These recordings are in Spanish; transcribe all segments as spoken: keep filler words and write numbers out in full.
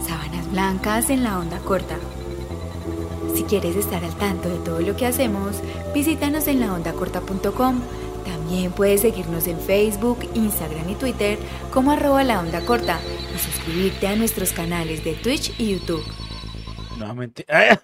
Sábanas Blancas en la onda corta. Si quieres estar al tanto de todo lo que hacemos, visítanos en la onda corta punto com. También puedes seguirnos en Facebook, Instagram y Twitter como arroba la onda corta y suscribirte a nuestros canales de Twitch y YouTube. Nuevamente.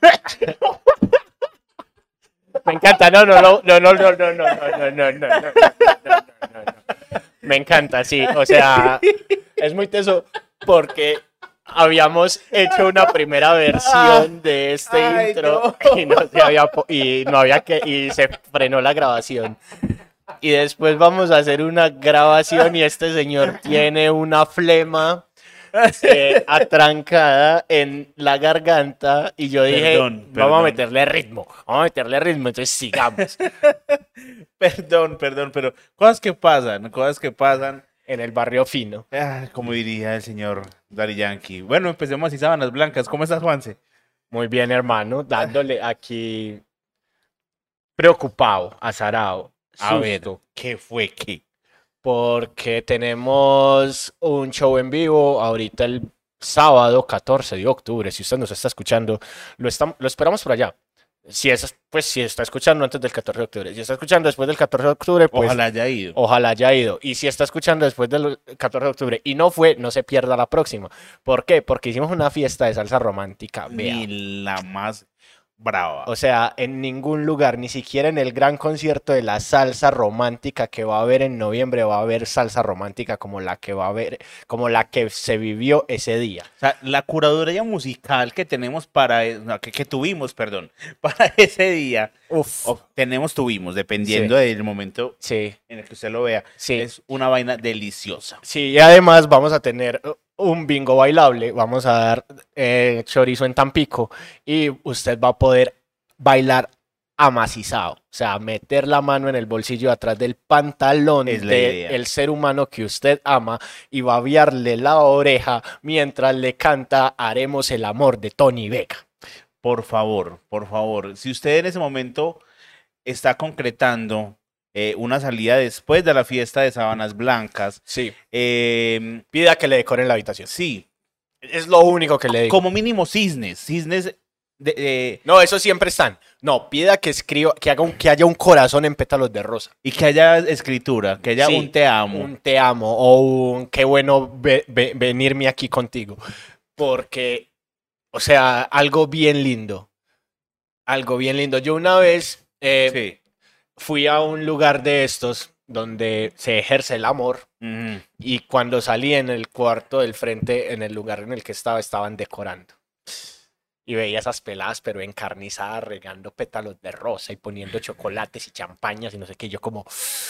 Me encanta, no, no, no, no, no, no, no, no, no, no, no, no, no, no. Me encanta, sí, o sea, es muy teso porque habíamos hecho una primera versión de este Ay, intro no. y no se había po- y no había que y se frenó la grabación. Y después vamos a hacer una grabación y este señor tiene una flema eh, atrancada en la garganta y yo dije, Perdón, vamos perdón. a meterle ritmo, vamos a meterle ritmo, entonces sigamos Perdón, perdón, pero cosas que pasan, cosas que pasan. en el barrio fino. Ah, como diría el señor Daddy Yankee. Bueno, empecemos así, Sábanas Blancas. ¿Cómo estás, Juanse? Muy bien, hermano, dándole aquí preocupado, azarado, A ver, susto, ¿qué fue qué? porque tenemos un show en vivo ahorita el sábado catorce de octubre. Si usted nos está escuchando, lo, estam- lo esperamos por allá. Si es, pues si está escuchando antes del catorce de octubre, si está escuchando después del catorce de octubre, pues Ojalá haya ido. ojalá haya ido. Y si está escuchando después del catorce de octubre y no fue, no se pierda la próxima. ¿Por qué? Porque hicimos una fiesta de salsa romántica. Vea. Ni la más brava. O sea, en ningún lugar, ni siquiera en el gran concierto de la salsa romántica que va a haber en noviembre, va a haber salsa romántica como la que va a haber, como la que se vivió ese día. O sea, la curaduría musical que tenemos para, e- no, que, que tuvimos, perdón, para ese día, Uf. o tenemos, tuvimos, dependiendo Sí. del momento Sí, en el que usted lo vea, sí. es una vaina deliciosa. Sí, y además vamos a tener uh, un bingo bailable, vamos a dar eh, chorizo en Tampico y usted va a poder bailar amacizado, o sea, meter la mano en el bolsillo de atrás del pantalón Es la idea. del ser humano que usted ama y babearle la oreja mientras le canta Haremos el amor de Tony Vega. Por favor, por favor, si usted en ese momento está concretando eh, una salida después de la fiesta de Sábanas Blancas, Sí, eh, pida que le decoren la habitación. sí, Es lo único que le digo. como mínimo cisnes, cisnes de, de- No, eso siempre están. No, pida que escriba, que haga un, que haya un corazón en pétalos de rosa. y que haya escritura, que haya Sí, un te amo. Un te amo o un qué bueno ve- ve- venirme aquí contigo. Porque, o sea, algo bien lindo. Algo bien lindo. Yo una vez eh, Sí. fui a un lugar de estos donde se ejerce el amor Ujú. y cuando salí en el cuarto del frente, en el lugar en el que estaba, estaban decorando. Y veía esas peladas, pero encarnizadas, regando pétalos de rosa y poniendo chocolates y champañas y no sé qué. Yo como,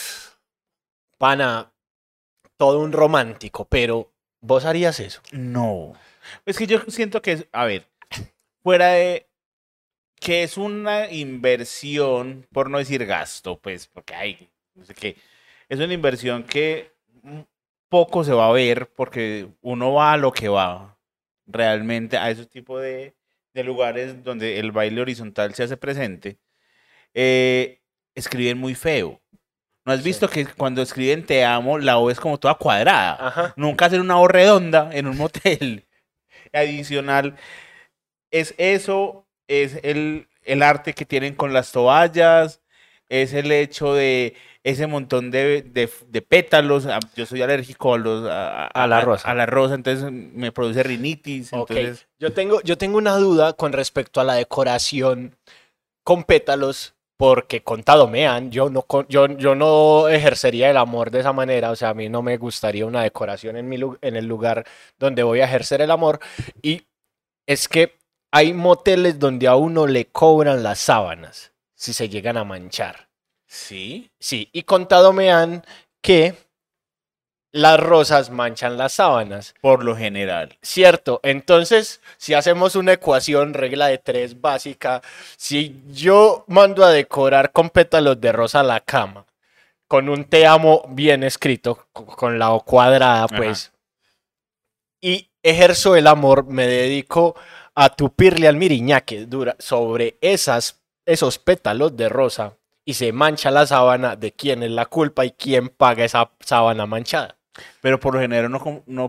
pana, todo un romántico, pero ¿vos harías eso? No. Es que yo siento que es, a ver, fuera de que es una inversión, por no decir gasto, pues, porque hay, no sé qué, es una inversión que mm, poco se va a ver porque uno va a lo que va realmente a ese tipo de, de lugares donde el baile horizontal se hace presente. Eh, escriben muy feo. ¿No has Sí. visto que cuando escriben te amo, la O es como toda cuadrada? Ajá. Nunca hacen una O redonda en un motel. Adicional, es eso, es el, el arte que tienen con las toallas, es el hecho de ese montón de, de- de pétalos. Ah, yo soy alérgico a, los, a, A la rosa. A, la rosa, entonces me produce rinitis. Ok, Entonces, yo tengo, yo tengo una duda con respecto a la decoración con pétalos, porque contado me han, yo no, con- yo, yo no ejercería el amor de esa manera, o sea, a mí no me gustaría una decoración en, mi, lu- en el lugar donde voy a ejercer el amor, y es que hay moteles donde a uno le cobran las sábanas si se llegan a manchar. sí. Sí, y contado me han que las rosas manchan las sábanas. Por lo general. Cierto, entonces si hacemos una ecuación, regla de tres básica, si yo mando a decorar con pétalos de rosa la cama, con un te amo bien escrito, co- con la O cuadrada, pues, y ejerzo el amor, me dedico a tupirle al miriñaque dura sobre esas, esos pétalos de rosa y se mancha la sábana, de quién es la culpa y quién paga esa sábana manchada. Pero por lo general no, com- no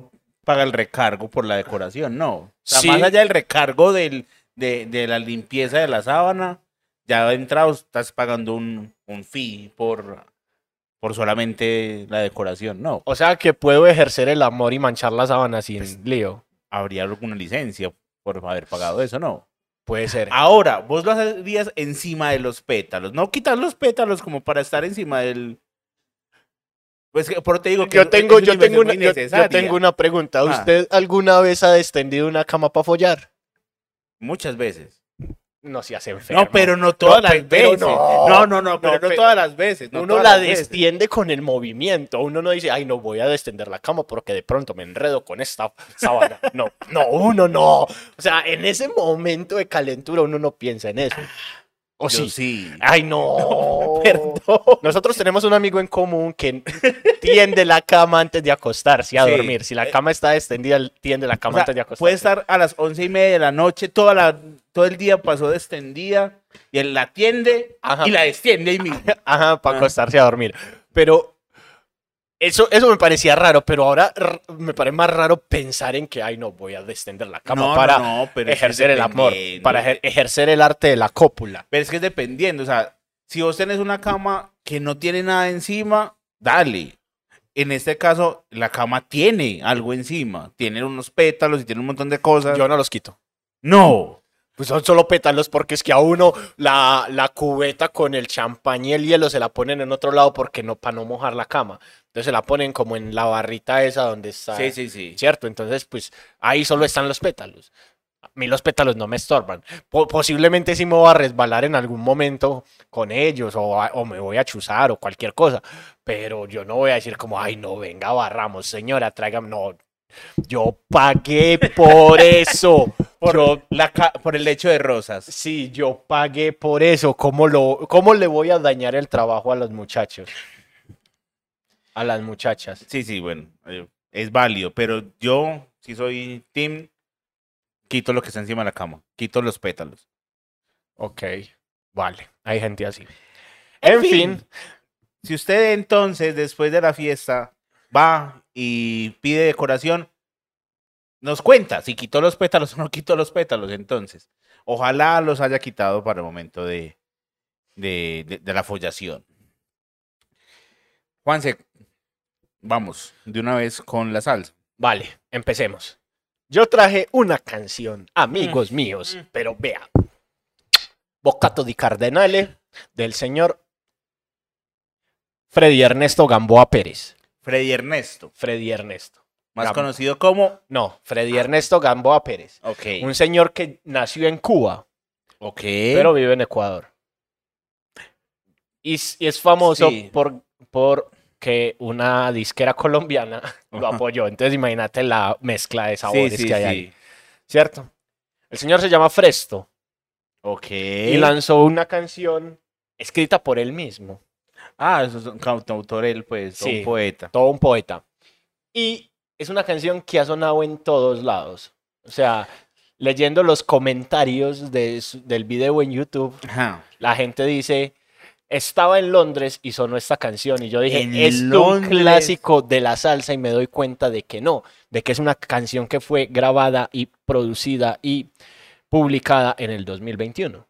paga el recargo por la decoración, no. O sea, Sí. más allá del recargo del, de, de la limpieza de la sábana, ya de entrada estás pagando un, un fee por, por solamente la decoración, no. O sea que puedo ejercer el amor y manchar la sábana sin Pues, lío. Habría alguna licencia por haber pagado eso, ¿no? Puede ser. Ahora, vos lo harías encima de los pétalos, no quitar los pétalos como para estar encima del... Pues que, por te digo que Yo es- tengo, es yo, inversión tengo una, muy yo, yo necesaria. tengo una pregunta. Ah. ¿Usted alguna vez ha descendido una cama para follar? Muchas veces. No se hace enfermo. No, pero no todas No, las pe- pero veces. no. No, no, no, pero No, no, pe- todas las veces. no Uno todas la las veces. destiende con el movimiento. Uno no dice, ay, no voy a descender la cama porque de pronto me enredo con esta sábana. No, no, uno no. O sea, en ese momento de calentura uno no piensa en eso. ¿O Yo sí? sí. Ay, no. Perdón. Nosotros tenemos un amigo en común que tiende la cama antes de acostarse a Sí. dormir. Si la cama está extendida, él tiende la O cama sea, antes de acostarse. puede estar a las once y media de la noche, toda la, todo el día pasó extendida, y él la tiende Ajá. y la extiende ahí mismo. Ajá, para Ah. acostarse a dormir. Pero eso, eso me parecía raro, pero ahora r- me parece más raro pensar en que, ay, no, voy a descender la cama No, para no, no, pero es que ejercer es el amor, dependiendo. para ejer- ejercer el arte de la cópula. Pero es que es dependiendo, o sea, si vos tenés una cama que no tiene nada encima, dale. En este caso, la cama tiene algo encima, tiene unos pétalos y tiene un montón de cosas. Yo no los quito. No. Pues son solo pétalos porque es que a uno la, la cubeta con el champán y el hielo se la ponen en otro lado porque no, para no mojar la cama. Entonces se la ponen como en la barrita esa donde está. Sí, sí, sí. ¿Cierto? Entonces, pues ahí solo están los pétalos. A mí los pétalos no me estorban. Po- posiblemente sí me voy a resbalar en algún momento con ellos o, a- o me voy a chuzar o cualquier cosa. Pero yo no voy a decir como, ay, no, venga, barramos, señora, tráigame. No, yo pagué por eso. Por, Yo- la ca- por el lecho de rosas. Sí, yo pagué por eso. ¿Cómo, lo, ¿Cómo le voy a dañar el trabajo a los muchachos? A las muchachas. Sí, sí, bueno, eh, es válido, pero yo, si soy team, quito lo que está encima de la cama, quito los pétalos. Ok, vale. Hay gente así. En En, fin. fin, Si usted entonces, después de la fiesta, va y pide decoración, nos cuenta si quitó los pétalos o no quitó los pétalos, entonces. Ojalá los haya quitado para el momento de, de, de- de la follación. Juanse, vamos de una vez con la salsa. vale, empecemos. Yo traje una canción, amigos míos, pero vea. Bocato di Cardenale del señor Freddy Ernesto Gamboa Pérez. Freddy Ernesto, Freddy Ernesto. más Gam- conocido como... No, Freddy Ernesto Gamboa Pérez. Ok, Un señor que nació en Cuba, ok. pero vive en Ecuador. Y, s- y es famoso Sí. por, por que una disquera colombiana lo Ajá. apoyó. Entonces imagínate la mezcla de Sí, sabores sí, que hay sí. ahí. ¿Cierto? El señor se llama Fresto Ok. y lanzó una canción escrita por él mismo. Ah, eso es un cantautor, él, pues, Sí. un poeta. Todo un poeta. Y es una canción que ha sonado en todos lados. O sea, leyendo los comentarios de su- del video en YouTube, Ajá. la gente dice, estaba en Londres y sonó esta canción. Y yo dije, En es un Londres. clásico de la salsa y me doy cuenta de que no, de que es una canción que fue grabada y producida y publicada en el dos mil veintiuno.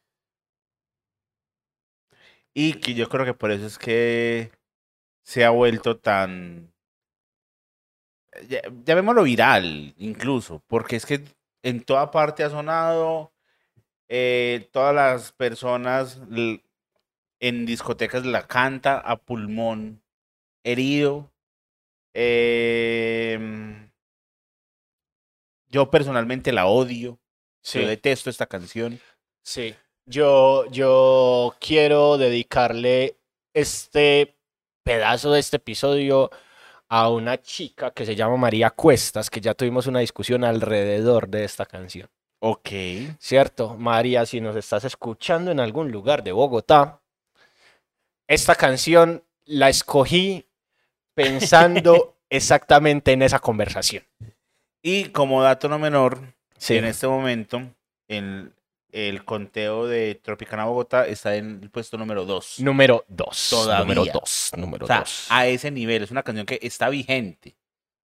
Y que yo creo que por eso es que se ha vuelto tan... ya- llamémoslo viral, incluso, porque es que en toda parte ha sonado, eh, todas las personas l- en discotecas la canta a pulmón herido. Em, yo personalmente la odio, yo detesto esta canción. Sí, yo, yo quiero dedicarle este pedazo de este episodio a una chica que se llama María Cuestas, que ya tuvimos una discusión alrededor de esta canción. Ok. ¿Cierto? María, si nos estás escuchando en algún lugar de Bogotá, esta canción la escogí pensando exactamente en esa conversación. Y como dato no menor, Sí. en este momento, el, el conteo de Tropicana Bogotá está en el puesto número dos. Número dos. Todavía. Número dos. Número O sea, dos. a ese nivel. Es una canción que está vigente.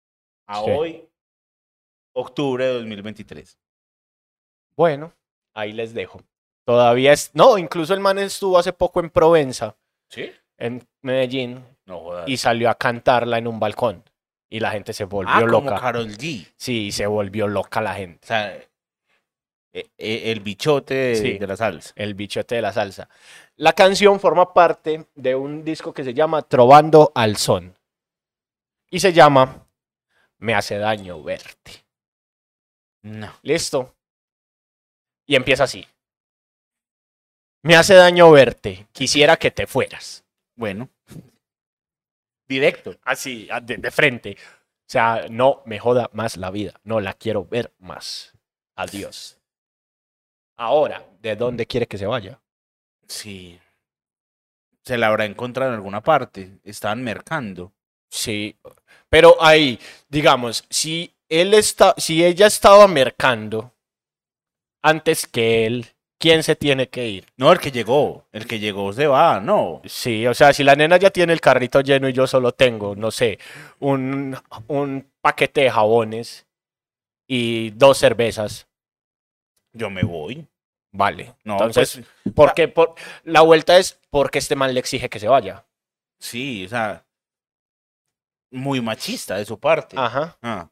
a Sí. hoy, octubre de dos mil veintitrés. Bueno, ahí les dejo. Todavía es... No, incluso el man estuvo hace poco en Provenza, ¿Sí? en Medellín, No jodas. y salió a cantarla en un balcón. Y la gente se volvió ah, como loca. Karol G. Sí, se volvió loca la gente. O sea, e- e- el bichote de, Sí. de la salsa. El bichote de la salsa. La canción forma parte de un disco que se llama Trovando al Son. Y se llama Me hace daño verte. No. ¿Listo? Y empieza así. Me hace daño verte. Quisiera que te fueras. Bueno. Directo. Así, de, de frente. O sea, no me joda más la vida. No la quiero ver más. Adiós. Ahora, ¿de dónde quiere que se vaya? Sí. Se la habrá encontrado en alguna parte. Estaban mercando. Sí, pero ahí, digamos, si él está, si ella estaba mercando antes que él, ¿quién se tiene que ir? No, el que llegó. El que llegó se va, no. Sí, o sea, si la nena ya tiene el carrito lleno y yo solo tengo, no sé, un, un paquete de jabones y dos cervezas, Yo me voy. vale. No, Entonces, pues, ¿por qué? Por, la vuelta es porque este man le exige que se vaya. sí, o sea, muy machista de su parte. Ajá. Ah,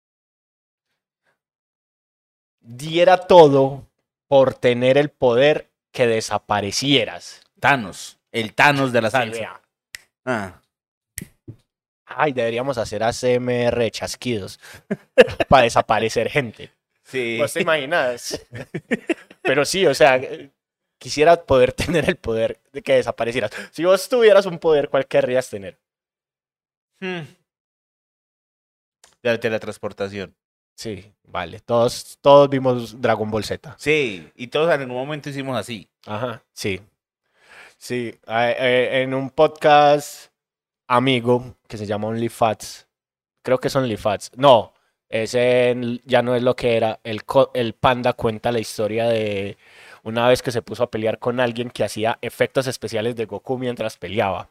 Diera todo por tener el poder que desaparecieras. Thanos, el Thanos de la Sí, salsa. vea. Ah, Ay, deberíamos hacer A C M R chasquidos para desaparecer gente. sí. ¿Vos te imaginas? Pero sí, o sea, quisiera poder tener el poder de que desaparecieras. Si vos tuvieras un poder, ¿cuál querrías tener? Hmm. De la teletransportación. Sí, vale. Todos, todos vimos Dragon Ball Z. Sí, y todos en algún momento hicimos así. Ajá, sí. Sí, eh, eh, en un podcast amigo que se llama OnlyFats, creo que es OnlyFats. No, ese n- ya no es lo que era. El, co- el panda cuenta la historia de una vez que se puso a pelear con alguien que hacía efectos especiales de Goku mientras peleaba.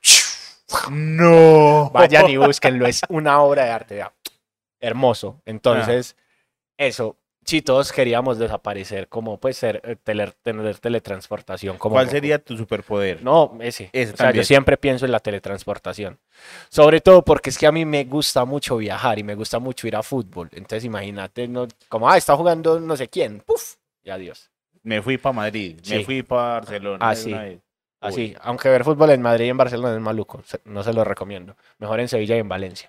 No. Vayan y búsquenlo, es una obra de arte, vea. Hermoso. Entonces, eso, si todos queríamos desaparecer, como pues ser, eh, tele- tener teletransportación. Como ¿Cuál Goku. sería tu superpoder? No, ese. Ese O sea, yo también. siempre pienso en la teletransportación. Sobre todo porque es que a mí me gusta mucho viajar y me gusta mucho ir a fútbol. Entonces, imagínate, no, como, ah, está jugando no sé quién. Puf, y adiós. Me fui para Madrid, me Sí. fui para Barcelona. Ah, de sí. una vez. Así, aunque ver fútbol en Madrid y en Barcelona es maluco. se- No se lo recomiendo. Mejor en Sevilla y en Valencia.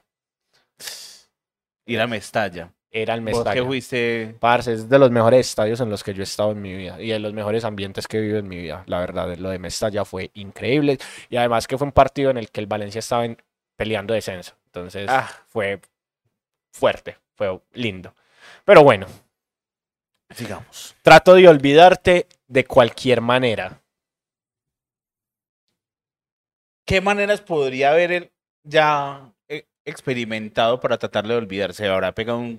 Ir a Mestalla. Era el ¿Vos que Mestalla. fuiste? Parce, es de los mejores estadios en los que yo he estado en mi vida y de los mejores ambientes que he vivido en mi vida. La verdad, lo de Mestalla fue increíble y además que fue un partido en el que el Valencia estaba en- peleando descenso. Entonces Ah. fue fuerte, fue lindo. Pero bueno, Sigamos. trato de olvidarte de cualquier manera. ¿Qué maneras podría haber él ya eh, experimentado para tratar de olvidarse? ¿Habrá pegado un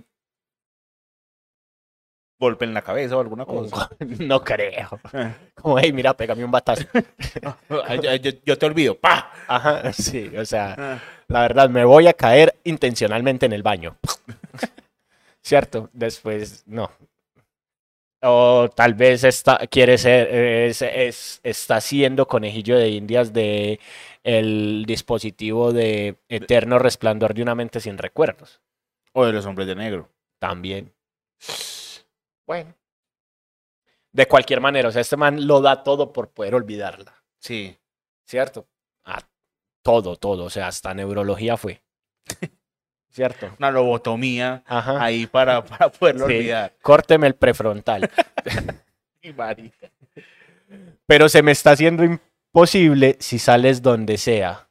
golpe en la cabeza o alguna cosa? No creo. Como, hey, mira, pégame un batazo. Ay, yo, yo- yo te olvido. ¡Pah! Ajá, sí, o sea, Ah, la verdad, me voy a caer intencionalmente en el baño. ¿Cierto? Después, no. O tal vez está, quiere ser, es, es- está siendo conejillo de indias de el dispositivo de eterno resplandor de una mente sin recuerdos. O de los hombres de negro. También. Bueno. De cualquier manera, o sea, este man lo da todo por poder olvidarla. Sí. ¿Cierto? Ah, todo, todo. O sea, hasta neurología fue. ¿Cierto? Una lobotomía Ajá. ahí para, para poderlo Sí. olvidar. Córteme el prefrontal. Y marica. Pero se me está haciendo imposible si sales donde sea.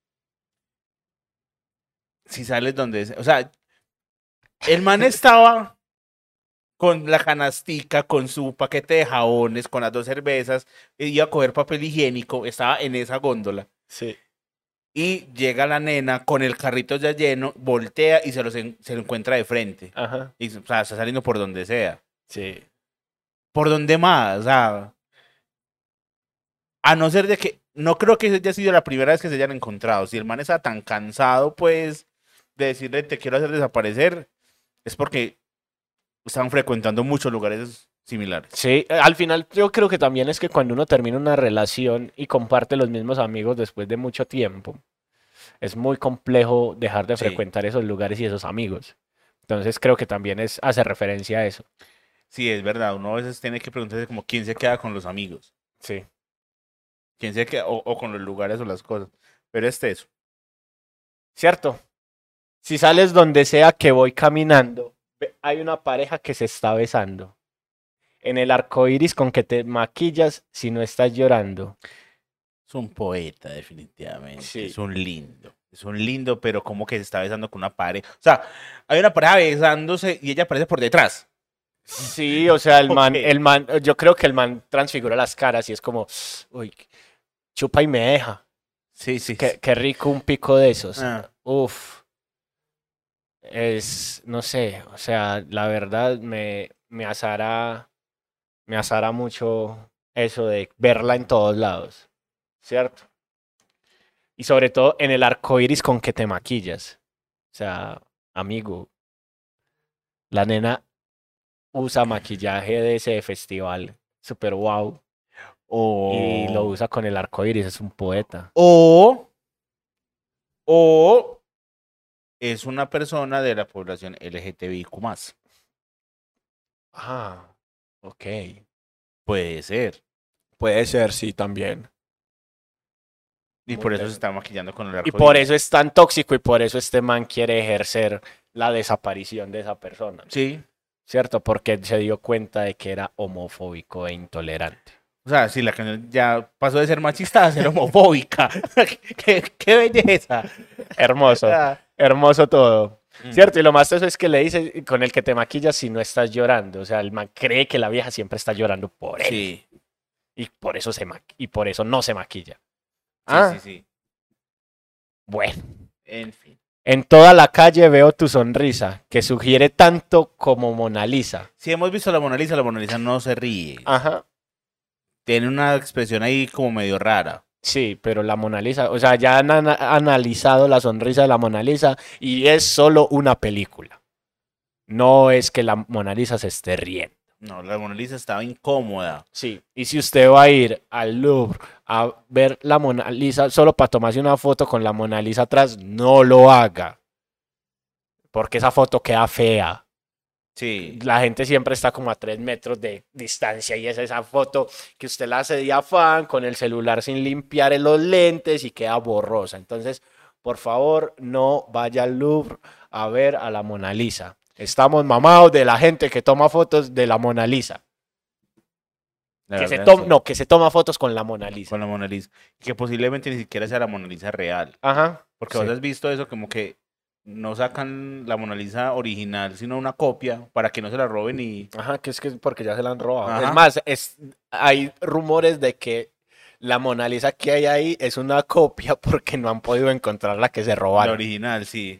Si sales donde... O sea, el man estaba con la canastica, con su paquete de jabones, con las dos cervezas, e iba a coger papel higiénico, estaba en esa góndola. Sí. Y llega la nena con el carrito ya lleno, voltea y se, los en- se lo encuentra de frente. Ajá. Y, o sea, está saliendo por donde sea. Sí. ¿Por dónde más? O sea, a no ser de que... No creo que haya sido la primera vez que se hayan encontrado. Si el man está tan cansado, pues... de decirle te quiero hacer desaparecer es porque están frecuentando muchos lugares similares. Sí, eh, al final yo creo que también es que cuando uno termina una relación y comparte los mismos amigos después de mucho tiempo, es muy complejo dejar de Sí. frecuentar esos lugares y esos amigos. Entonces creo que también es, hace referencia a eso. Sí, es verdad. Uno a veces tiene que preguntarse como quién se queda con los amigos. Sí. Quién se queda, o, o con los lugares o las cosas. Pero este es. ¿Cierto? Si sales donde sea que voy caminando, ve- hay una pareja que se está besando. En el arco iris con que te maquillas si no estás llorando. Es un poeta, definitivamente. Sí. Es un lindo. Es un lindo, pero como que se está besando con una pareja. O sea, hay una pareja besándose y ella aparece por detrás. Sí, o sea, el man, Ok. el man, yo creo que el man transfigura las caras y es como, uy, chupa y me deja. Sí, sí. Qué, qué rico un pico de esos. Ah. Uf. Es, no sé, o sea, la verdad me, me asara, me asara mucho eso de verla en todos lados, ¿cierto? Y sobre todo en el arco iris con que te maquillas. O sea, amigo, la nena usa maquillaje de ese festival, super wow, O, y lo usa con el arco iris, es un poeta. o, o es una persona de la población L G T B I Q más. Ah, ok. Puede ser. Puede ser, sí, también. Y Muy por eso bien. se está maquillando con el arco Y por iris. eso es tan tóxico y por eso este man quiere ejercer la desaparición de esa persona, Sí. ¿cierto? Porque se dio cuenta de que era homofóbico e intolerante. O sea, sí, la canción ya pasó de ser machista a ser homofóbica. qué, qué belleza. Hermoso, Ah. hermoso todo. Mm. ¿Cierto? Y lo más eso es que le dice con el que te maquillas si no estás llorando. O sea, el man cree que la vieja siempre está llorando por él. Sí. Y por eso se ma- y por eso no se maquilla. Sí, Ah, sí, sí. bueno. En fin. En toda la calle veo tu sonrisa, que sugiere tanto como Mona Lisa. Si hemos visto a la Mona Lisa, la Mona Lisa no se ríe. Ajá. Tiene una expresión ahí como medio rara. Sí, pero la Mona Lisa, o sea, ya han ana- analizado la sonrisa de la Mona Lisa y es solo una película. No es que la Mona Lisa se esté riendo. No, la Mona Lisa estaba incómoda. Sí, y si usted va a ir al Louvre a ver la Mona Lisa solo para tomarse una foto con la Mona Lisa atrás, no lo haga. Porque esa foto queda fea. Sí. La gente siempre está como a tres metros de distancia y es esa foto que usted la hace de afán con el celular sin limpiar en los lentes y queda borrosa. Entonces, por favor, no vaya al Louvre a ver a la Mona Lisa. Estamos mamados de la gente que toma fotos de la Mona Lisa. La Que se verdad, toma, sí. no, que se toma fotos con la Mona Lisa. Con la Mona Lisa. Que posiblemente ni siquiera sea la Mona Lisa real. Ajá. Porque Sí. vos has visto eso como que no sacan la Mona Lisa original, sino una copia para que no se la roben y... Ajá, que es que es porque ya se la han robado. Ajá. Es más, es, hay rumores de que la Mona Lisa que hay ahí es una copia porque no han podido encontrar la que se La robaron. original, sí.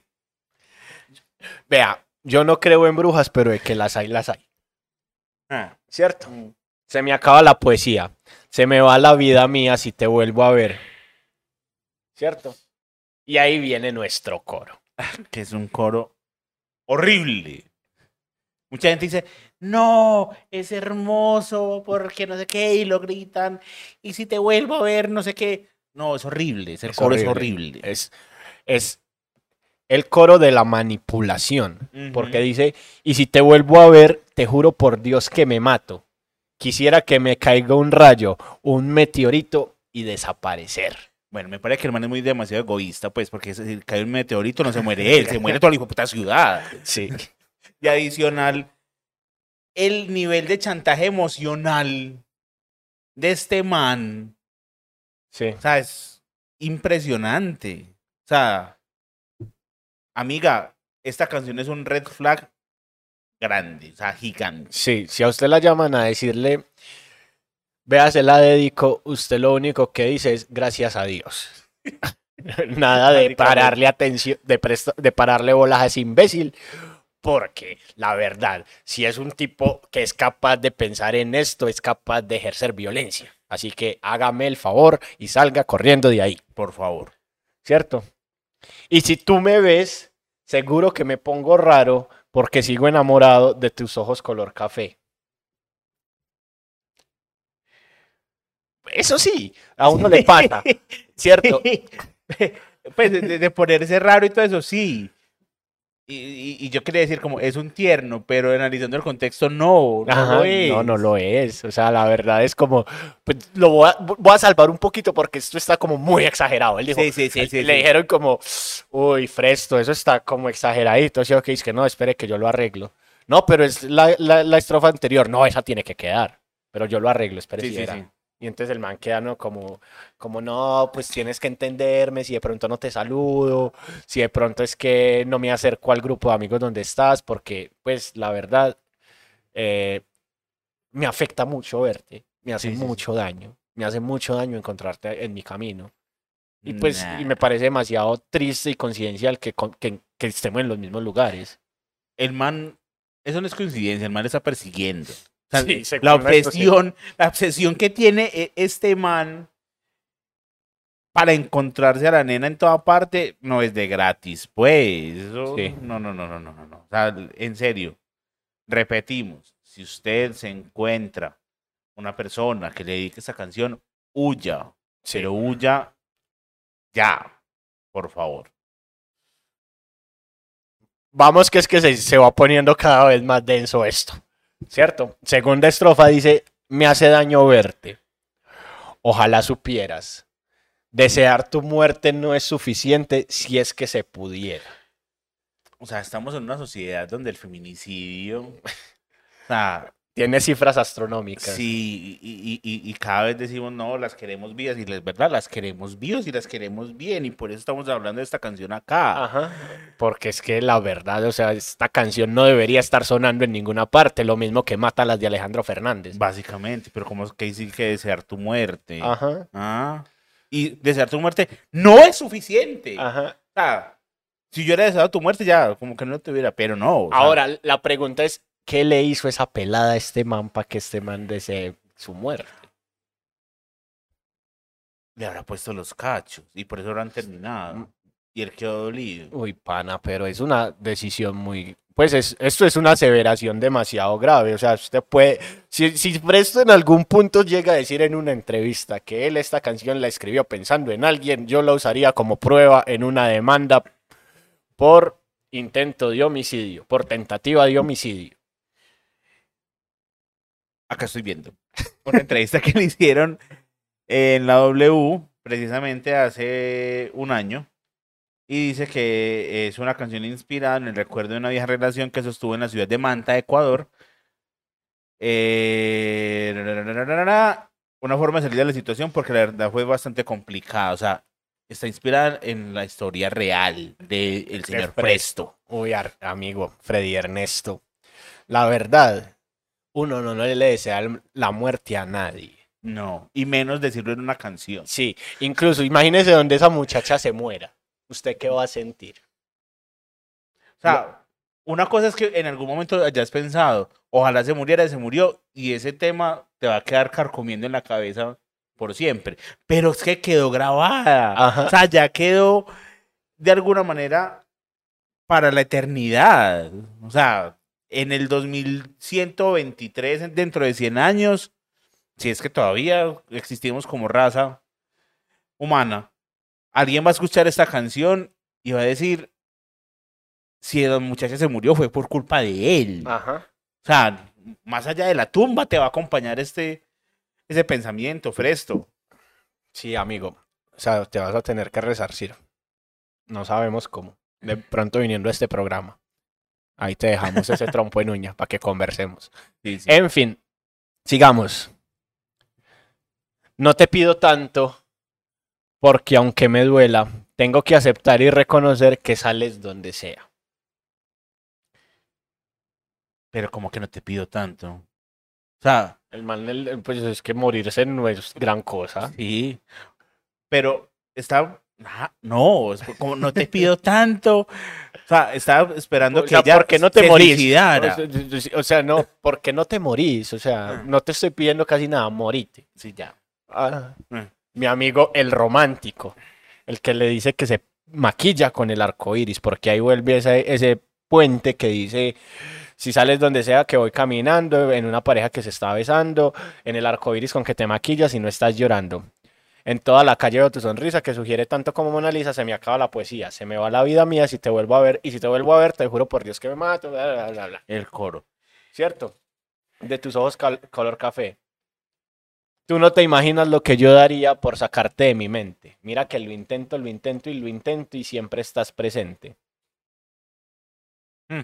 Vea, yo no creo en brujas, pero de que las hay, las hay. Ah. ¿Cierto? Se me acaba la poesía. Se me va la vida mía si te vuelvo a ver. ¿Cierto? Y ahí viene nuestro coro. Que es un coro horrible. Mucha gente dice, no, es hermoso, porque no sé qué, y lo gritan, y si te vuelvo a ver, no sé qué. No, es horrible, ese Es coro horrible. es horrible. Es, es el coro de la manipulación. Ujú. Porque dice, y si te vuelvo a ver, te juro por Dios que me mato. Quisiera que me caiga un rayo, un meteorito y desaparecer. Bueno, me parece que el man es muy demasiado egoísta, pues, porque si cae un meteorito no se muere él, se muere toda la puta ciudad. Sí. Y adicional, el nivel de chantaje emocional de este man, Sí. o sea, es impresionante. O sea, amiga, esta canción es un red flag grande, o sea, gigante. Sí, si a usted la llaman a decirle, vea, se la dedico, usted lo único que dice es gracias a Dios. Nada de Básicamente. pararle atención, de, presta- de pararle bolas a ese imbécil, porque la verdad, si es un tipo que es capaz de pensar en esto, es capaz de ejercer violencia. Así que hágame el favor y salga corriendo de ahí, Por favor. ¿cierto? Y si tú me ves, Seguro que me pongo raro porque sigo enamorado de tus ojos color café. Eso sí, a uno le pasa, ¿cierto? Pues de, de ponerse raro y todo eso, sí. Y, y, y yo quería decir como es un tierno, pero analizando el contexto, no, no Ajá, lo es. no, no lo es. O sea, la verdad es como, pues lo voy a, voy a salvar un poquito porque esto está como muy exagerado. Él dijo, Sí, sí, sí, él- sí, le sí. dijeron como, uy, Fresto, eso está como exageradito. Sí, ok, es que no, espere que yo lo arreglo. No, pero es la, la, la estrofa anterior. No, esa tiene que quedar. Pero yo lo arreglo, espere Sí, si sí, era. sí. Y entonces el man queda, ¿no? Como, como, no, pues tienes que entenderme, si de pronto no te saludo, si de pronto es que no me acerco al grupo de amigos donde estás, porque, pues, la verdad, eh, me afecta mucho verte, me hace Sí, sí, sí. mucho daño, me hace mucho daño encontrarte en mi camino. Y pues, y Nah. me parece demasiado triste y coincidencial que, con- que, que estemos en los mismos lugares. El man, eso no es coincidencia, el man está persiguiendo. O sea, Sí, según la esto sí. obsesión, la obsesión que tiene e- este man para encontrarse a la nena en toda parte no es de gratis, pues. Eso, Sí. no, no, no, no, no, no, no. O sea, en serio, repetimos, si usted se encuentra una persona que le dedique esta canción, huya, Sí. pero huya ya, por favor. Vamos que es que se, se va poniendo cada vez más denso esto, ¿cierto? Segunda estrofa dice, me hace daño verte. Ojalá supieras. Desear tu muerte no es suficiente si es que se pudiera. O sea, estamos en una sociedad donde el feminicidio, o sea, Tiene cifras astronómicas. sí, y, y- y- y cada vez decimos, no, las queremos vivas, y es verdad, las queremos vivas y las queremos bien, y por eso estamos hablando de esta canción acá. Ajá. Porque es que la verdad, o sea, esta canción no debería estar sonando en ninguna parte, lo mismo que Mata las de Alejandro Fernández. Básicamente, pero ¿cómo es que dice que desear tu muerte? Ajá. Ah, y desear tu muerte no es suficiente. Ajá. O sea, si yo hubiera deseado tu muerte, ya, como que no te hubiera, pero no. o sea, Ahora, la pregunta es, ¿qué le hizo esa pelada a este man para que este man desee su muerte? le habrá puesto los cachos, y por eso lo han terminado. Y él quedó dolido. Uy, pana, pero es una decisión muy... Pues es, esto es una aseveración demasiado grave. O sea, usted puede... Si, si Presto en algún punto llega a decir en una entrevista que él esta canción la escribió pensando en alguien, yo la usaría como prueba en una demanda por intento de homicidio, por tentativa de homicidio. Acá estoy viendo una entrevista que le hicieron en la W, precisamente hace un año, y dice que es una canción inspirada en el recuerdo de una vieja relación que sostuvo en la ciudad de Manta, Ecuador. Eh, una forma de salir de la situación porque la verdad fue bastante complicada. O sea, está inspirada en la historia real del señor Presto. Uy, ar- amigo, Freddy Ernesto. La verdad, uno no, no le desea la muerte a nadie. No, y menos decirlo en una canción. Sí, incluso imagínese donde esa muchacha se muera. ¿Usted qué va a sentir? O sea, una cosa es que en algún momento hayas pensado, ojalá se muriera, se murió, y ese tema te va a quedar carcomiendo en la cabeza por siempre. Pero es que quedó grabada. Ajá. O sea, ya quedó de alguna manera para la eternidad. O sea, en el dos mil ciento veintitrés, dentro de cien años, si es que todavía existimos como raza humana, alguien va a escuchar esta canción y va a decir, si la muchacha se murió fue por culpa de él. Ajá. O sea, más allá de la tumba te va a acompañar este, ese pensamiento, Fresto. Sí, amigo. O sea, te vas a tener que resarcir. No sabemos cómo. De pronto viniendo a este programa. Ahí te dejamos ese trompo en uña para que conversemos. Sí, sí. En fin, sigamos. No te pido tanto porque aunque me duela, tengo que aceptar y reconocer que sales donde sea. Pero como que no te pido tanto. O sea, El mal, el- pues es que morirse no es gran cosa. sí. Pero está. ah, No, es como no te pido tanto. O sea, estaba esperando O que sea, ella ¿por qué no te se morís? suicidara. O sea, o sea, no, ¿por qué no te morís? O sea, Ah. no te estoy pidiendo casi nada, morite. Sí, ya. Ah, Ah. mi amigo el romántico, el que le dice que se maquilla con el arco iris, porque ahí vuelve ese, ese puente que dice, si sales donde sea que voy caminando, en una pareja que se está besando, en el arco iris con que te maquillas y no estás llorando. En toda la calle veo tu sonrisa que sugiere tanto como Mona Lisa, se me acaba la poesía, se me va la vida mía si te vuelvo a ver, y si te vuelvo a ver, te juro por Dios que me mato, bla, bla, bla, bla. El coro. ¿Cierto? De tus ojos cal- color café. Tú no te imaginas lo que yo daría por sacarte de mi mente. Mira que lo intento, lo intento y lo intento y siempre estás presente. Mm.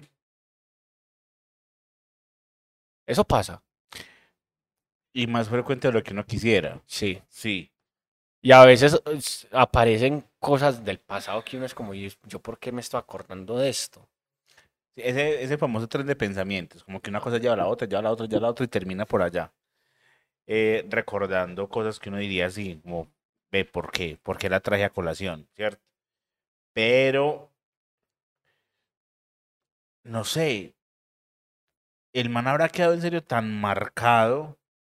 Eso pasa. Y más frecuente de lo que uno quisiera. Sí. Sí. Y a veces es, aparecen cosas del pasado que uno es como, "¿Y yo por qué me estoy acordando de esto?" Sí, Ese, ese famoso tren de pensamientos, como que una cosa lleva a la otra, lleva a la otra, lleva a la otra y termina por allá. Eh, recordando cosas que uno diría así, como, ve, ¿por qué? ¿Por qué la traje a colación? ¿Cierto? Pero, no sé, el man habrá quedado en serio tan marcado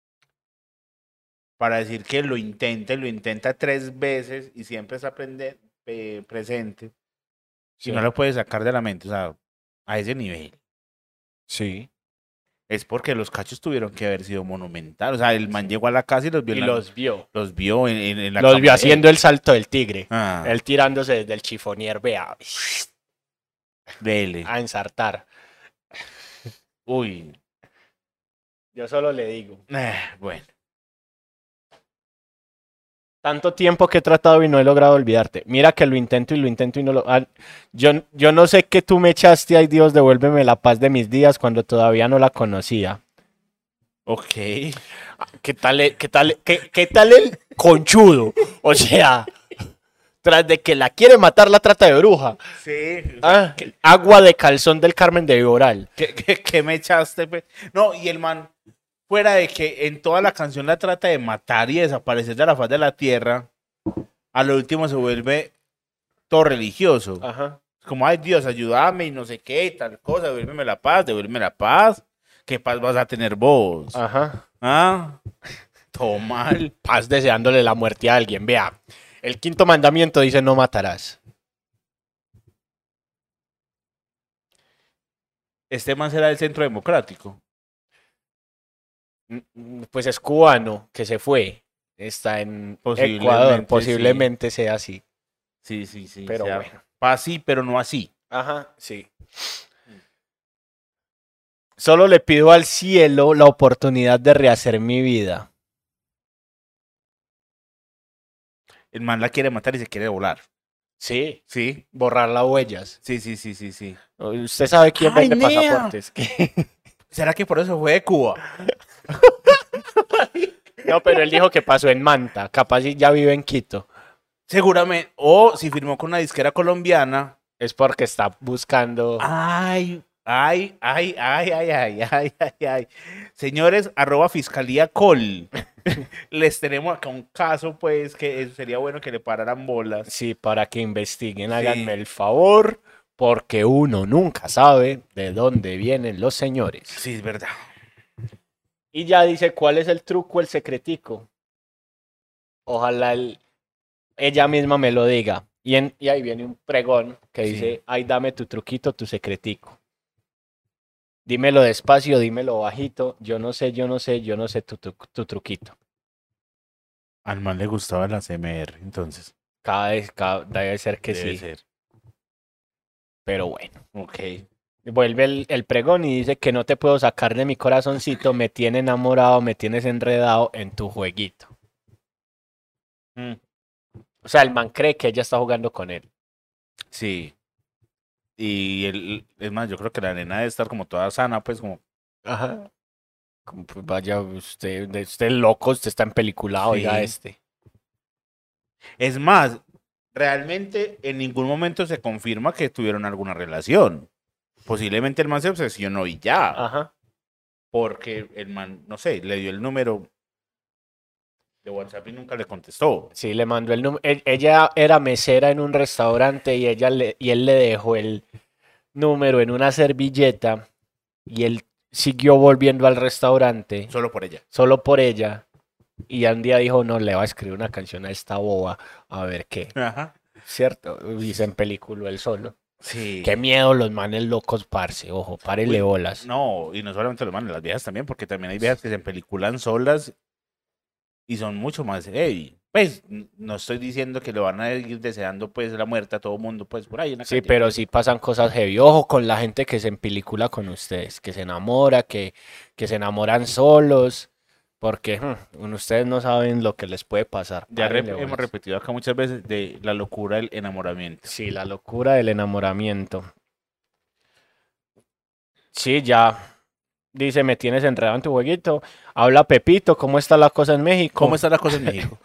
para decir que lo intenta y lo intenta tres veces y siempre está prende- eh, presente y Sí. no lo puede sacar de la mente, o sea, a ese nivel. Sí. Es porque los cachos tuvieron que haber sido monumentales. O sea, el man llegó a la casa y los vio. Y en la- los vio. los vio en, en- en la Los cama vio de haciendo él. el salto del tigre. Ah, Él tirándose desde el chifonier, vea, dele. a ensartar. Uy. Yo solo le digo. Eh, bueno. Tanto tiempo que he tratado y no he logrado olvidarte. Mira que lo intento y lo intento y no lo... ah, yo, yo no sé qué tú me echaste, ay Dios, devuélveme la paz de mis días cuando todavía no la conocía. Ok. ¿Qué tal, el- qué tal, qué, qué tal el conchudo? O sea, tras de que la quiere matar, la trata de bruja. Sí. Ah, agua de calzón del Carmen de Viboral. ¿Qué, qué- qué me echaste? Pues? No, y el man, fuera de que en toda la canción la trata de matar y desaparecer de la faz de la tierra, a lo último se vuelve todo religioso. Ajá. Como, ay Dios, ayúdame y no sé qué, y tal cosa, devuélveme la paz, devuélveme la paz. ¿Qué paz vas a tener vos? Ajá. Ah, todo mal. Paz deseándole la muerte a alguien. Vea, el quinto mandamiento dice no matarás. Este man será del Centro Democrático. Mm, Pues es cubano, que se fue. Está en Posiblemente, Ecuador. Posiblemente sea así. Sí, sí, sí. Pero o sea, bueno. paz sí, pero no así. Ajá, sí. Solo le pido al cielo la oportunidad de rehacer mi vida. El man la quiere matar y se quiere volar. Sí, Sí, borrar las huellas. sí, sí, sí, sí, sí. Usted sabe quién ¡Ay, vende nea! pasaportes. ¿Será que por eso fue de Cuba? No, pero él dijo que pasó en Manta. Capaz y ya vive en Quito. Seguramente. O si firmó con una disquera colombiana. Es porque está buscando. Ay, ay, ay, ay, ay, ay, ay, ay, ay. Señores, arroba fiscalía col. Les tenemos acá un caso, pues, que sería bueno que le pararan bolas. Sí, para que investiguen, Sí. háganme el favor. Porque uno nunca sabe de dónde vienen los señores. Sí, es verdad. Y ya dice cuál es el truco, el secretico. Ojalá el- ella misma me lo diga. Y, en- y ahí viene un pregón que Sí. dice, ay, dame tu truquito, tu secretico. Dímelo despacio, dímelo bajito. Yo no sé, yo no sé, yo no sé tu, tu, tu truquito. Al man le gustaba la C M R, entonces. Cada vez, cada- debe ser que Debe sí. ser. Pero bueno. Ok. Vuelve el, el pregón y dice que no te puedo sacar de mi corazoncito, me tiene enamorado, me tienes enredado en tu jueguito. Mm, O sea, el man cree que ella está jugando con él. sí. Y el, es más, yo creo que la nena debe estar como toda sana, pues como. Ajá. Como, pues, vaya, usted, usted es loco, usted está en peliculado, oiga Sí. este. Es más, realmente en ningún momento se confirma que tuvieron alguna relación. Posiblemente el man se obsesionó y ya. Ajá. Porque el man, no sé, le dio el número de WhatsApp y nunca le contestó. Sí, le mandó el número. Ella era mesera en un restaurante y, ella le, y él le dejó el número en una servilleta y él siguió volviendo al restaurante Solo por ella. solo por ella. Y ya un día dijo, no, le va a escribir una canción a esta boba, a ver qué. Ajá. ¿cierto? Y se empeliculó él solo. Sí. Qué miedo los manes locos, parce. Ojo, párenle Uy, bolas. No, y no solamente los manes, las viejas también, porque también hay viejas que se empeliculan solas y son mucho más, hey, pues n- no estoy diciendo que le van a ir deseando pues la muerte a todo mundo pues por ahí en la Sí, calle. pero sí pasan cosas heavy. Ojo con la gente que se empelicula con ustedes, que se enamora, que, que se enamoran solos, porque hmm, ustedes no saben lo que les puede pasar. Ya re- Párenle hemos bolas. repetido acá muchas veces de la locura del enamoramiento. Sí, la locura del enamoramiento. Sí, ya. Dice, me tienes enredado en tu jueguito. Habla Pepito, ¿cómo está la cosa en México? ¿Cómo está la cosa en México?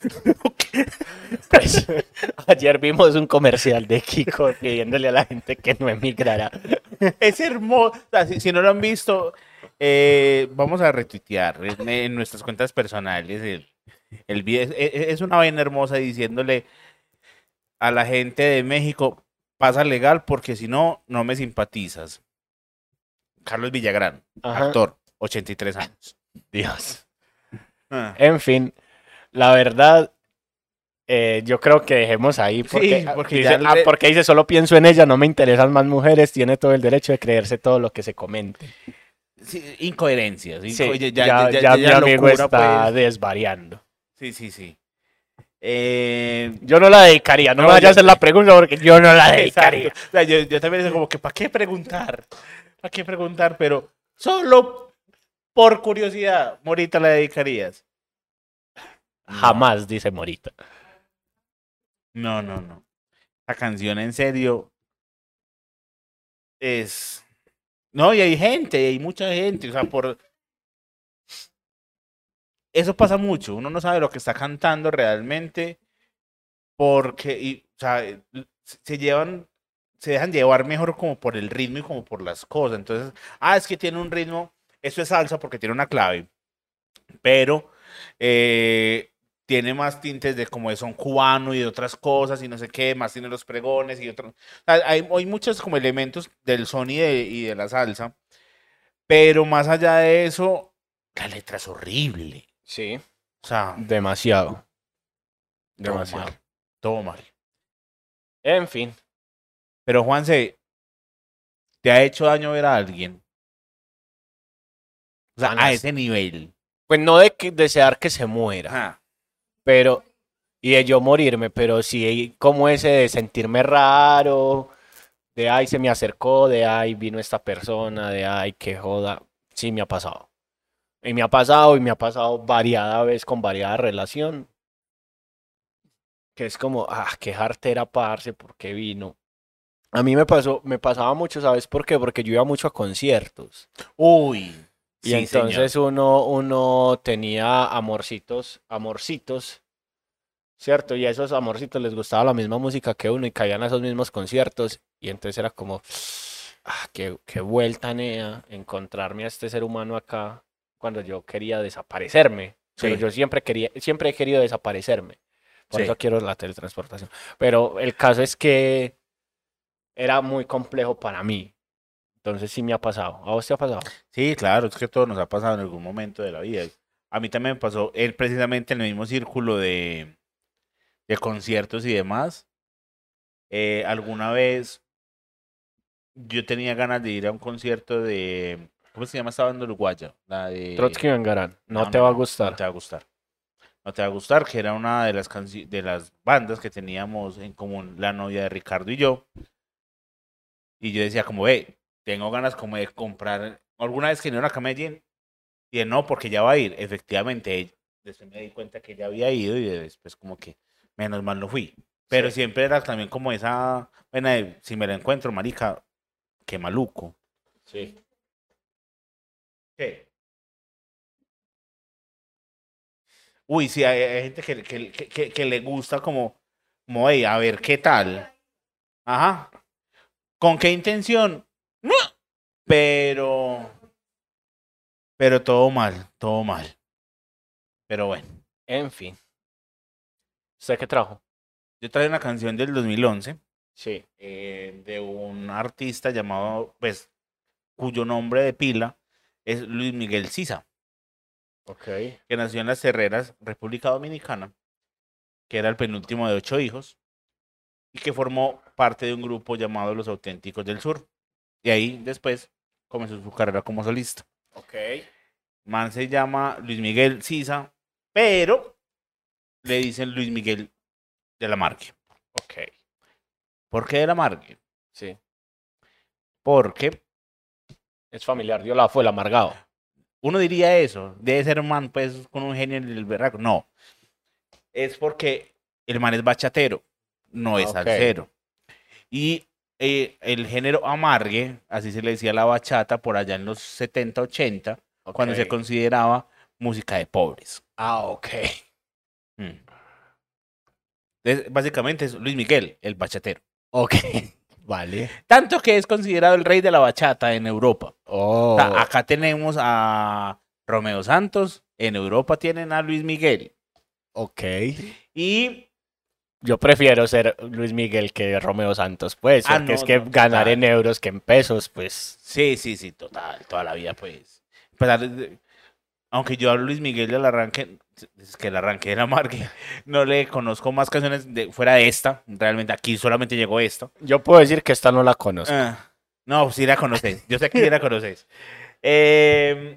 Pues ayer vimos un comercial de Kiko pidiéndole a la gente que no emigrara. Es hermoso. O sea, si, si no lo han visto, eh, vamos a retuitear en, en nuestras cuentas personales. El, el video es, es- es una vaina hermosa diciéndole a la gente de México, pasa legal porque si no, no me simpatizas. Carlos Villagrán, Ajá. actor, ochenta y tres años. Dios. Ah. En fin, la verdad, eh, yo creo que dejemos ahí porque, Sí, porque dice, ya ah, le- porque dice, solo pienso en ella, no me interesan más mujeres, tiene todo el derecho de creerse todo lo que se comente. sí, incoherencias. inco- Sí, ya, ya, ya, ya, ya ya- mi ya amigo locura, está pues. desvariando. Sí, sí, sí. Eh, Yo no la dedicaría, no, No, me vaya a yo- hacer la pregunta porque yo no la Exacto. dedicaría. O sea, yo, yo también digo como que, ¿para qué preguntar? ¿Para qué preguntar? Pero solo por curiosidad, Morita, ¿la dedicarías? No. Jamás, dice Morita. No, no, no. La canción en serio es... No, y hay gente, y hay mucha gente. O sea, por... Eso pasa mucho. Uno no sabe lo que está cantando realmente porque, y, o sea, eh, se se llevan, se dejan llevar mejor como por el ritmo y como por las cosas. Entonces, ah, es que tiene un ritmo, eso es salsa porque tiene una clave, pero eh, tiene más tintes de como de son cubano y de otras cosas y no sé qué, más tiene los pregones y otros. O sea, hay, hay muchos como elementos del son y de, y de la salsa, pero más allá de eso, la letra es horrible. Sí. O sea, Demasiado. todo Demasiado. mal, todo mal. En fin. Pero Juanse, ¿te ha hecho daño ver a alguien? O sea, a Panas. ese nivel. Pues no de que desear que se muera, Ajá. pero y de yo morirme, pero sí como ese de sentirme raro, de ay se me acercó, de ay vino esta persona, de ay qué joda, sí me ha pasado. Y me ha pasado y me ha pasado variada vez con variada relación. Que es como, ah, qué jartera parce, ¿por qué vino? A mí me pasó, me pasaba mucho, ¿sabes por qué? Porque yo iba mucho a conciertos. Uy. Y Sí, entonces señor. uno, uno tenía amorcitos, amorcitos, ¿cierto? Y a esos amorcitos les gustaba la misma música que uno y caían a esos mismos conciertos. Y entonces era como, ah, qué, qué vuelta, nea, encontrarme a este ser humano acá cuando yo quería desaparecerme. Pero Sí. yo siempre quería, siempre he querido desaparecerme. Por Sí. eso quiero la teletransportación. Pero el caso es que era muy complejo para mí. Entonces sí me ha pasado. ¿A vos te ha pasado? Sí, claro, es que todo nos ha pasado en algún momento de la vida. A mí también me pasó, él precisamente en el mismo círculo de, de conciertos y demás. Eh, alguna vez yo tenía ganas de ir a un concierto de, ¿cómo se llama esta banda uruguaya? La de... Trotsky Vengarán. No, No, te no, va a no, gustar. no te va a gustar. No te va a gustar, que era una de las canci- de las bandas que teníamos en común, la novia de Ricardo y yo. Y yo decía como, ve, tengo ganas como de comprar, alguna vez que vinieron acá a Medellín, y él, no, porque ya va a ir. Efectivamente, ella- después me di cuenta que ya había ido y después como que menos mal no fui. Pero Sí. siempre era también como esa, bueno, de, si me la encuentro, marica, qué maluco. Sí. ¿Qué? Uy, sí, hay, hay gente que, que, que, que- que le gusta como, como, "Ey, a ver qué tal. Ajá. ¿Con qué intención? No. Pero, pero todo mal, todo mal. Pero bueno, En fin. ¿Usted qué trajo? yo traje una canción del dos mil once Sí. eh, de un artista llamado, pues, cuyo nombre de pila es Luis Miguel Sisa, Ok. que nació en Las Herreras, República Dominicana, que era el penúltimo de ocho hijos. y que formó parte de un grupo llamado Los Auténticos del Sur. Y ahí después comenzó su carrera como solista. Ok. Man se llama Luis Miguel Sisa, pero le dicen Luis Miguel de la Margue. Ok. ¿Por qué de la Margue? Sí. Porque Es familiar, dio la fue el amargado. uno diría eso, debe ser un man pues con un genio en el berraco. No, es porque el man es bachatero, no es Ok. salsero. Y eh, el género amargue, así se le decía a la bachata por allá en los setenta, ochenta, Ok. cuando se consideraba música de pobres. Ah, ok. Mm. Entonces, básicamente es Luis Miguel, el bachatero. Ok. Vale. Tanto que es considerado el rey de la bachata en Europa. Oh. O sea, acá tenemos a Romeo Santos, en Europa tienen a Luis Miguel. Ok. Y Yo prefiero ser Luis Miguel que Romeo Santos, pues, Ah, porque no, es que no, ganar total. en euros que en pesos, pues. sí, sí, sí, total, toda la vida, pues. A pesar de- aunque yo a Luis Miguel del arranque, es que el arranque de la Margue, no le conozco más canciones de, fuera de esta. Realmente aquí solamente llegó esta. Yo puedo decir que esta no la conozco. Ah, no, sí la conoces. Yo sé que sí la conoces. Eh,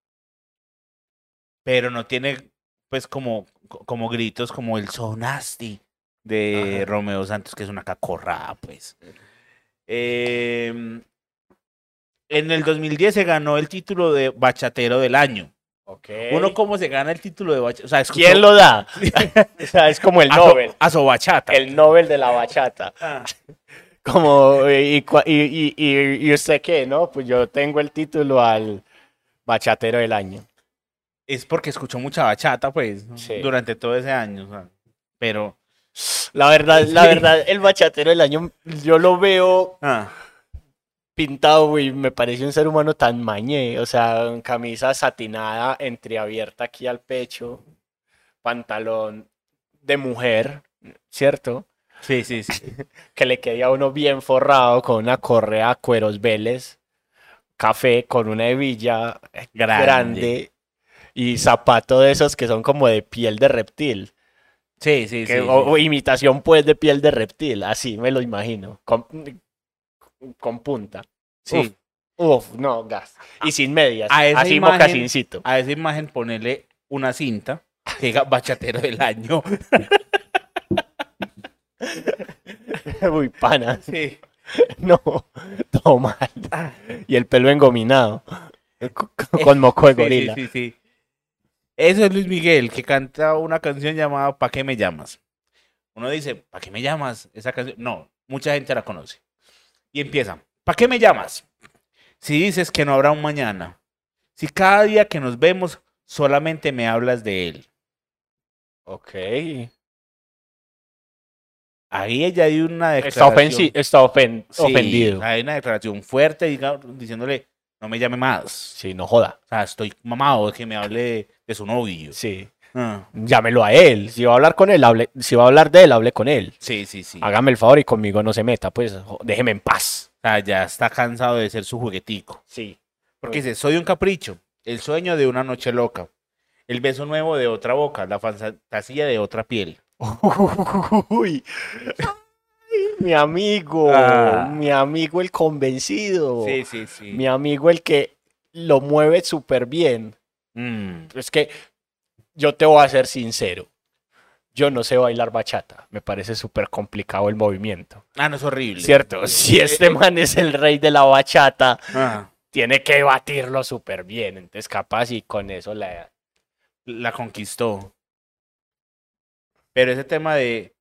pero no tiene, pues, como, como gritos como el So Nasty de Ajá. Romeo Santos, que es una cacorrada, pues. Eh, en el dos mil diez se ganó el título de bachatero del año. Ok. Uno, ¿cómo se gana el título de bachata? O sea, escuchó ¿Quién lo da? O sea, es como el a so- Nobel. a so bachata. El Nobel de la bachata. Ah, Como, y, cua- y, y, y, y usted qué, ¿no? Pues yo tengo el título al bachatero del año. es porque escuchó mucha bachata, pues, ¿no? Sí. Durante todo ese año. O sea, pero, La verdad, la Sí. verdad, el bachatero del año, yo lo veo ah, pintado y me parece un ser humano tan mañé. O sea, camisa satinada, entreabierta aquí al pecho, pantalón de mujer, ¿cierto? sí, sí, sí. Que le quede a uno bien forrado con una correa cueros Vélez, café con una hebilla Grande. grande, y zapato de esos que son como de piel de reptil, Sí, sí, que, sí, o, o sí. imitación pues de piel de reptil, así me lo imagino, con, con punta. Sí. Uf, uf, no, gas. Y sin medias, A esa así imagen- mocasincito. A esa imagen ponerle una cinta que diga bachatero del año. Uy, pana, Sí. no, todo mal. Y el pelo engominado, con, con moco de Sí, sí, gorila. sí, sí. Eso es Luis Miguel, que canta una canción llamada ¿Pa' qué me llamas? Uno dice, ¿pa' qué me llamas? Esa canción. No, mucha gente la conoce. Y empieza, ¿pa' qué me llamas? Si dices que no habrá un mañana. Si cada día que nos vemos solamente me hablas de él. Ok. Ahí ella dio una Está, declaración. ofensi- está ofen- Sí, ofendido. hay una declaración fuerte diga- diciéndole, no me llame más. Sí, no joda. O sea, estoy mamado de que me hable de, de su novio. Sí. Ah, Llámelo a él. Si va a hablar con él, hable. Si va a hablar de él, hable con él. sí, sí, sí. Hágame el favor y conmigo no se meta, pues. jo- Déjeme en paz. O sea, ya está cansado de ser su juguetico. Sí. Porque dice, soy un capricho, el sueño de una noche loca, el beso nuevo de otra boca, la fantasía de otra piel. Uy. Ay, mi amigo. Ah. Mi amigo el convencido. Sí, sí, sí. Mi amigo el que lo mueve súper bien. Mm, Es que yo te voy a ser sincero. Yo no sé bailar bachata. Me parece súper complicado el movimiento. Ah, no, es horrible. Cierto, si este man es el rey de la bachata, Ah, tiene que batirlo súper bien. Entonces, capaz y con eso la... la conquistó. Pero ese tema de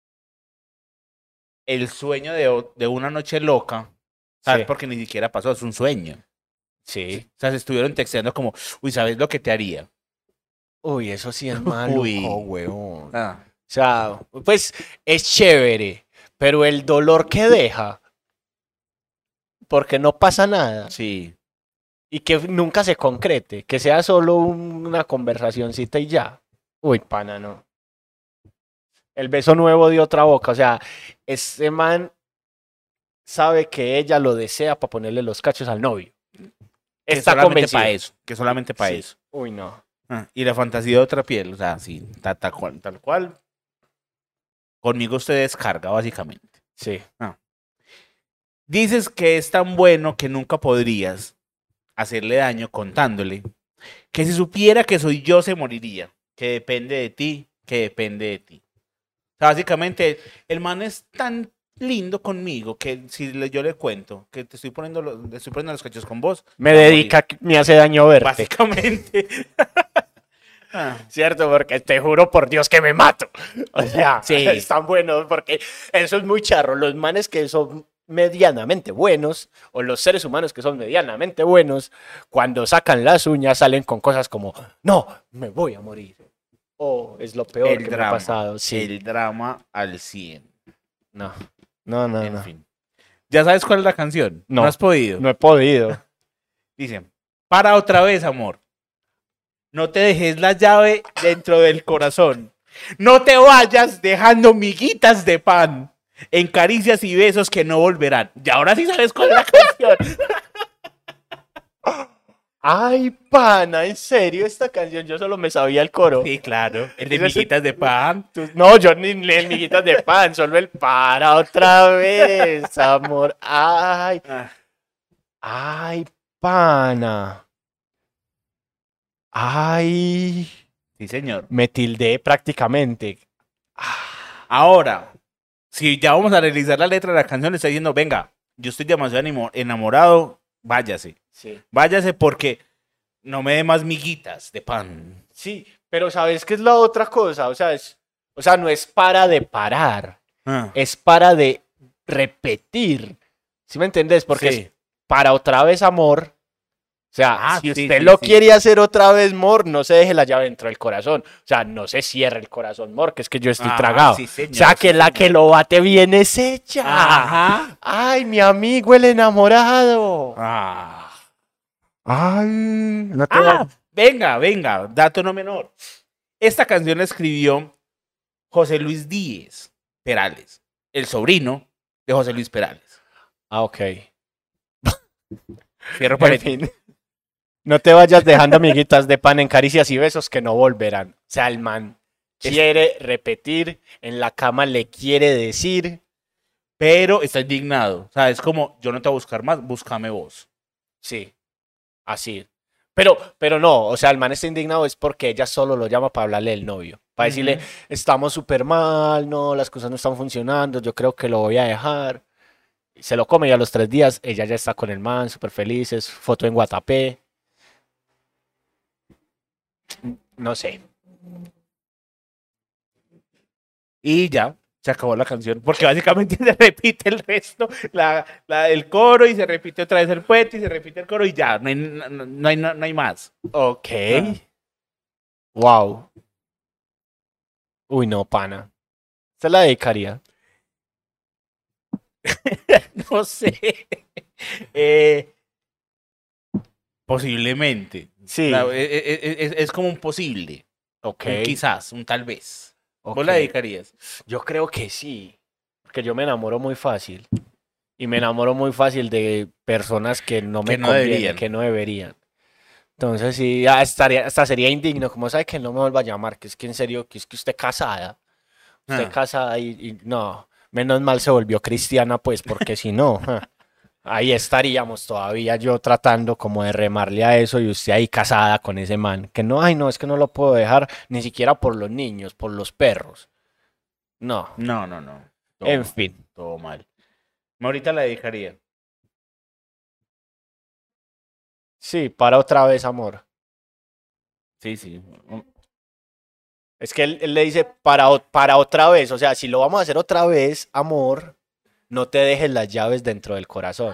el sueño de, o- de una noche loca, ¿sabes? Sí. Porque ni siquiera pasó, es un sueño. Sí. O sea, se estuvieron texteando como, uy, ¿sabes lo que te haría? Uy, eso sí es maluco, Uy. huevón. Ah, O sea, pues es chévere, pero el dolor que deja, porque no pasa nada sí. y que nunca se concrete, que sea solo un- una conversacioncita y ya. Uy, pana, no. El beso nuevo de otra boca, o sea, ese man sabe que ella lo desea para ponerle los cachos al novio. Que Está solamente convencido. para eso, que solamente para Sí. eso. Uy, no. Ah, y la fantasía de otra piel, o sea, sí, ta- tal cual, tal cual. Conmigo usted descarga, básicamente. Sí. Dices que es tan bueno que nunca podrías hacerle daño contándole, que si supiera que soy yo se moriría, que depende de ti, que depende de ti. O sea, básicamente, el man es tan lindo conmigo que si le- yo le cuento que te estoy poniendo, los, le estoy poniendo los cachos con vos, Me va a dedica, me hace daño morir. verte. Básicamente. Ah, Cierto, porque te juro por Dios que me mato. O sea, Sí. es tan bueno porque eso es muy charro. Los manes que son medianamente buenos, o los seres humanos que son medianamente buenos, cuando sacan las uñas salen con cosas como, no, me voy a morir. O es lo peor el que me ha drama. pasado. Sí. El drama al cien. No, no, no, En no. fin. ¿Ya sabes cuál es la canción? No. ¿No has podido? No he podido. Dice, para otra vez, amor. No te dejes la llave dentro del corazón. No te vayas dejando miguitas de pan en caricias y besos que no volverán. Y ahora sí sabes cuál es la canción. Ay, pana, en serio, esta canción yo solo me sabía el coro. Sí, claro. El de Ese es- miguitas de pan. Tú- No, yo ni ni el miguitas de pan, solo el para otra vez, amor. Ay, Ah, ay, pana. Ay, sí, señor. me tildé prácticamente. Ahora, si ya vamos a analizar la letra de la canción, le está diciendo, venga, yo estoy demasiado animo- enamorado, váyase. Sí. Váyase porque no me dé más miguitas de pan. Sí, pero ¿sabes qué es la otra cosa? O sea, es, o sea, no es para de parar, Ah, es para de repetir. ¿Sí me entendés? Porque sí. es para otra vez amor. O sea, Ah, si sí, usted sí, lo sí. quiere hacer otra vez, mor, no se deje la llave dentro del corazón. O sea, no se cierre el corazón, mor, que es que yo estoy Ah, tragado. sí, señor, o sea, que sí, la señor. que lo bate bien es ella. Ajá. Ay, mi amigo el enamorado. Ah. Ay, no te Ah, va- venga, venga, dato no menor. Esta canción la escribió José Luis Díez Perales, el sobrino de José Luis Perales. Ah, ok. Cierro En paréntesis. fin. No te vayas dejando amiguitas de pan en caricias y besos que no volverán. O sea, el man Es- quiere repetir, en la cama le quiere decir. Pero está indignado. O sea, es como, yo no te voy a buscar más, búscame vos. Sí, así. Pero, pero no, o sea, el man está indignado es porque ella solo lo llama para hablarle del novio. Para decirle, Ujú. estamos súper mal, no, las cosas no están funcionando, yo creo que lo voy a dejar. Se lo come y a los tres días ella ya está con el man, súper felices, foto en Guatapé. No sé. Y ya, se acabó la canción. Porque básicamente se repite el resto, la, la, el coro, y se repite otra vez el puente, y se repite el coro, y ya, no hay, no, no hay, no hay más. Ok. Ah. Wow. Uy, no, pana. Se la dedicaría. No sé. Eh, posiblemente. Sí. O sea, e- e- e- es, es como un posible. Ok. Un quizás, un tal vez. ok. ¿Vos la dedicarías? Yo creo que sí. Porque yo me enamoro muy fácil. Y me enamoro muy fácil de personas que no me Que no convienen, deberían. que no deberían. Entonces sí, ya estaría, hasta sería indigno. Como sabe que no me vuelva a llamar, que es que en serio, que es que usted casada. Usted Ah. casada y, y no. Menos mal se volvió cristiana, pues, porque si no, ja, ahí estaríamos todavía yo tratando como de remarle a eso y usted ahí casada con ese man. Que no, ay, no, es que no lo puedo dejar ni siquiera por los niños, por los perros. No, No, no, no. Todo en mal, fin. todo mal. Ahorita la dedicaría. Sí, para otra vez, amor. Sí, sí. Es que él, él le dice para, o- para otra vez. O sea, si lo vamos a hacer otra vez, amor, no te dejes las llaves dentro del corazón.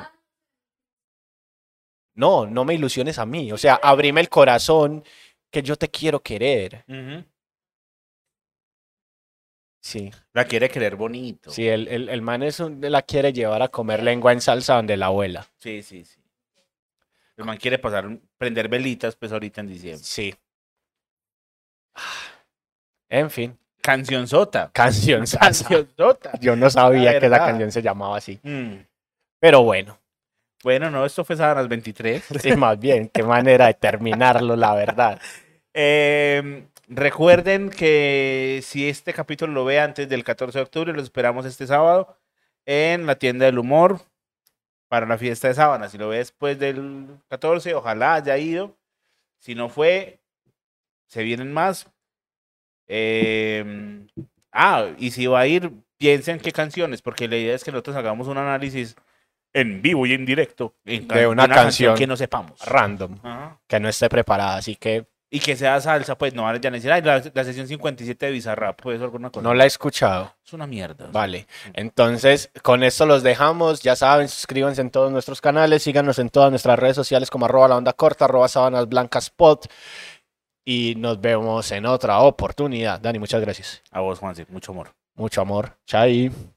No, no me ilusiones a mí. O sea, abrime el corazón que yo te quiero querer. Ujú. Sí, La quiere querer bonito. sí, el, el, el man es un- la quiere llevar a comer lengua en salsa donde la abuela. Sí, sí, sí. El man quiere pasar, prender velitas, pues ahorita en diciembre. Sí. En fin, Canción sota. canción salsa. Canción sota. Yo no sabía La que la verdad. canción se llamaba así. Mm. Pero bueno, Bueno, no, esto fue Sábanas veintitrés. sí, más bien, qué manera de terminarlo, la verdad. Eh, recuerden que si este capítulo lo ve antes del catorce de octubre, lo esperamos este sábado en la tienda del humor para la fiesta de sábana. Si lo ve después del catorce, ojalá haya ido. Si no fue, se vienen más. Eh, ah, y si va a ir, piensen qué canciones, porque la idea es que nosotros hagamos un análisis en vivo y en directo en De una canción que no sepamos. Random, Ajá. que no esté preparada, así que Y que sea salsa, pues no van a decir, ay, la, la sesión cincuenta y siete de Bizarrap, pues alguna cosa. no la he escuchado. Es una mierda. Vale, entonces con esto los dejamos, ya saben, suscríbanse en todos nuestros canales, síganos en todas nuestras redes sociales como arroba la onda corta, arroba sábanas blancas pod, y nos vemos en otra oportunidad. Dani, muchas gracias. A vos, Juanse, mucho amor. Mucho amor. Chai.